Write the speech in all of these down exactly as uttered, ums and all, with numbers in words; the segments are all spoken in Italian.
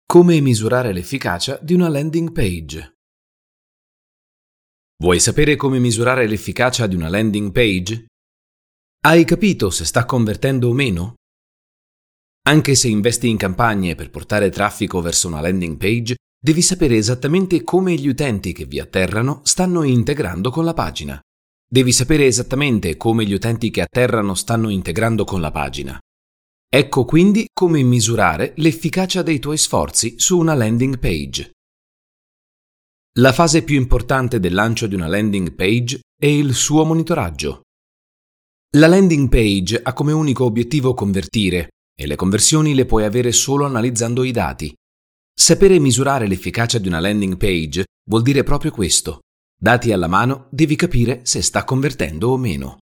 Come misurare l'efficacia di una landing page? Vuoi sapere come misurare l'efficacia di una landing page? Hai capito se sta convertendo o meno? Anche se investi in campagne per portare traffico verso una landing page, devi sapere esattamente come gli utenti che vi atterrano stanno integrando con la pagina. Devi sapere esattamente come gli utenti che atterrano stanno integrando con la pagina. Ecco quindi come misurare l'efficacia dei tuoi sforzi su una landing page. La fase più importante del lancio di una landing page è il suo monitoraggio. La landing page ha come unico obiettivo convertire, e le conversioni le puoi avere solo analizzando i dati. Sapere misurare l'efficacia di una landing page vuol dire proprio questo. Dati alla mano, devi capire se sta convertendo o meno.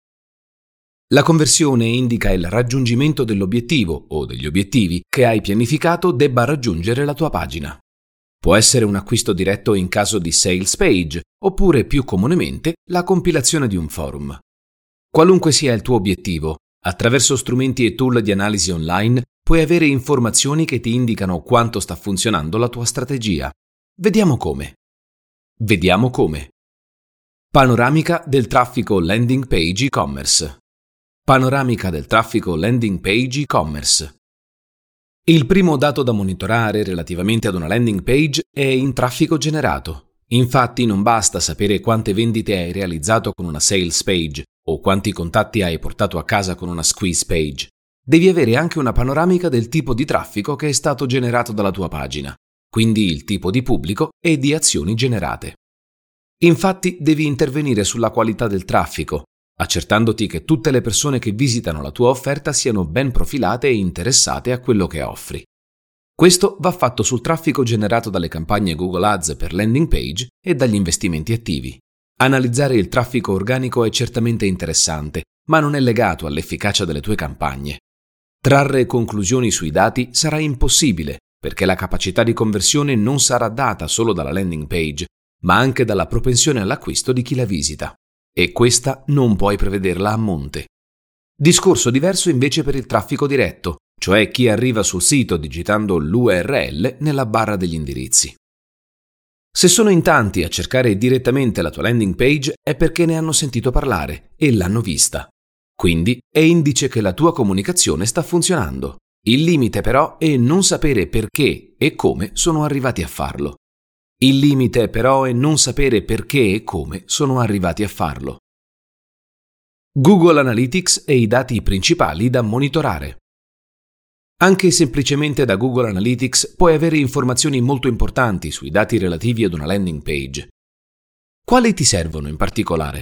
La conversione indica il raggiungimento dell'obiettivo o degli obiettivi che hai pianificato debba raggiungere la tua pagina. Può essere un acquisto diretto in caso di sales page, oppure più comunemente la compilazione di un forum. Qualunque sia il tuo obiettivo, attraverso strumenti e tool di analisi online puoi avere informazioni che ti indicano quanto sta funzionando la tua strategia. Vediamo come. Vediamo come. Panoramica del traffico landing page e-commerce. Panoramica del traffico landing page e-commerce. Il primo dato da monitorare relativamente ad una landing page è in traffico generato. Infatti non basta sapere quante vendite hai realizzato con una sales page o quanti contatti hai portato a casa con una squeeze page. Devi avere anche una panoramica del tipo di traffico che è stato generato dalla tua pagina, quindi il tipo di pubblico e di azioni generate. Infatti devi intervenire sulla qualità del traffico, accertandoti che tutte le persone che visitano la tua offerta siano ben profilate e interessate a quello che offri. Questo va fatto sul traffico generato dalle campagne Google Ads per landing page e dagli investimenti attivi. Analizzare il traffico organico è certamente interessante, ma non è legato all'efficacia delle tue campagne. Trarre conclusioni sui dati sarà impossibile, perché la capacità di conversione non sarà data solo dalla landing page, ma anche dalla propensione all'acquisto di chi la visita. E questa non puoi prevederla a monte. Discorso diverso invece per il traffico diretto, cioè chi arriva sul sito digitando l'U R L nella barra degli indirizzi. Se sono in tanti a cercare direttamente la tua landing page è perché ne hanno sentito parlare e l'hanno vista. Quindi è indice che la tua comunicazione sta funzionando. Il limite però è non sapere perché e come sono arrivati a farlo. Il limite però è non sapere perché e come sono arrivati a farlo. Google Analytics e i dati principali da monitorare. Anche semplicemente da Google Analytics puoi avere informazioni molto importanti sui dati relativi ad una landing page. Quali ti servono in particolare?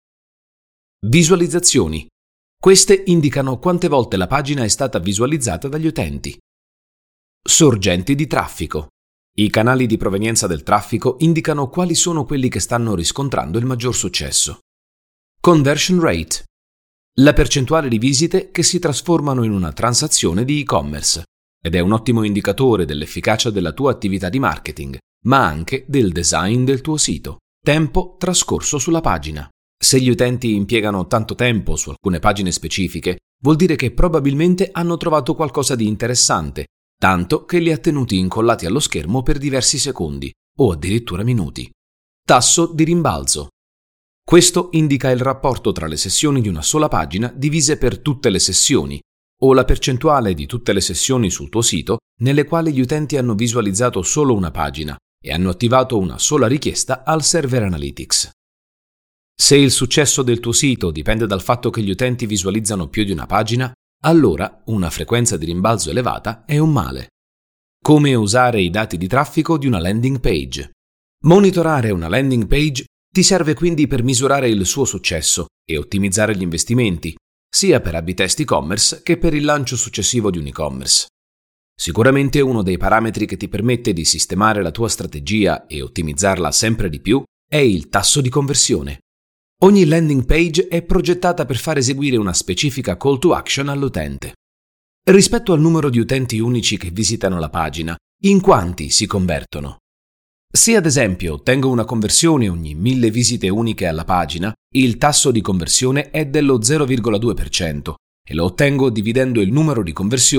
Visualizzazioni. Queste indicano quante volte la pagina è stata visualizzata dagli utenti. Sorgenti di traffico. I canali di provenienza del traffico indicano quali sono quelli che stanno riscontrando il maggior successo. Conversion rate. La percentuale di visite che si trasformano in una transazione di e-commerce, ed è un ottimo indicatore dell'efficacia della tua attività di marketing, ma anche del design del tuo sito. Tempo trascorso sulla pagina. Se gli utenti impiegano tanto tempo su alcune pagine specifiche, vuol dire che probabilmente hanno trovato qualcosa di interessante, tanto che li ha tenuti incollati allo schermo per diversi secondi, o addirittura minuti. Tasso di rimbalzo. Questo indica il rapporto tra le sessioni di una sola pagina divise per tutte le sessioni, o la percentuale di tutte le sessioni sul tuo sito nelle quali gli utenti hanno visualizzato solo una pagina e hanno attivato una sola richiesta al server Analytics. Se il successo del tuo sito dipende dal fatto che gli utenti visualizzano più di una pagina, allora una frequenza di rimbalzo elevata è un male. Come usare i dati di traffico di una landing page? Monitorare una landing page ti serve quindi per misurare il suo successo e ottimizzare gli investimenti, sia per A B test e-commerce che per il lancio successivo di un e-commerce. Sicuramente uno dei parametri che ti permette di sistemare la tua strategia e ottimizzarla sempre di più è il tasso di conversione. Ogni landing page è progettata per far eseguire una specifica call to action all'utente. Rispetto al numero di utenti unici che visitano la pagina, in quanti si convertono? Se ad esempio ottengo una conversione ogni mille visite uniche alla pagina, il tasso di conversione è dello zero virgola due per cento e lo ottengo dividendo il numero di conversioni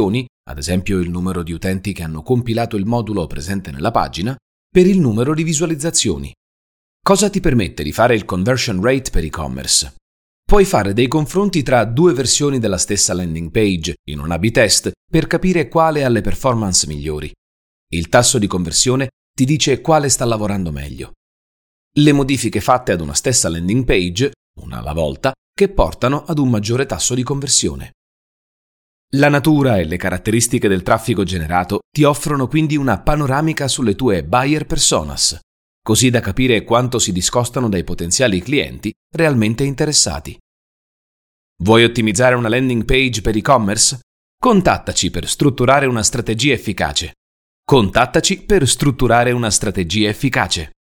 ad esempio il numero di utenti che hanno compilato il modulo presente nella pagina, per il numero di visualizzazioni. Cosa ti permette di fare il conversion rate per e-commerce? Puoi fare dei confronti tra due versioni della stessa landing page in un A B test per capire quale ha le performance migliori. Il tasso di conversione ti dice quale sta lavorando meglio. Le modifiche fatte ad una stessa landing page, una alla volta, che portano ad un maggiore tasso di conversione. La natura e le caratteristiche del traffico generato ti offrono quindi una panoramica sulle tue buyer personas, così da capire quanto si discostano dai potenziali clienti realmente interessati. Vuoi ottimizzare una landing page per e-commerce? Contattaci per strutturare una strategia efficace. Contattaci per strutturare una strategia efficace.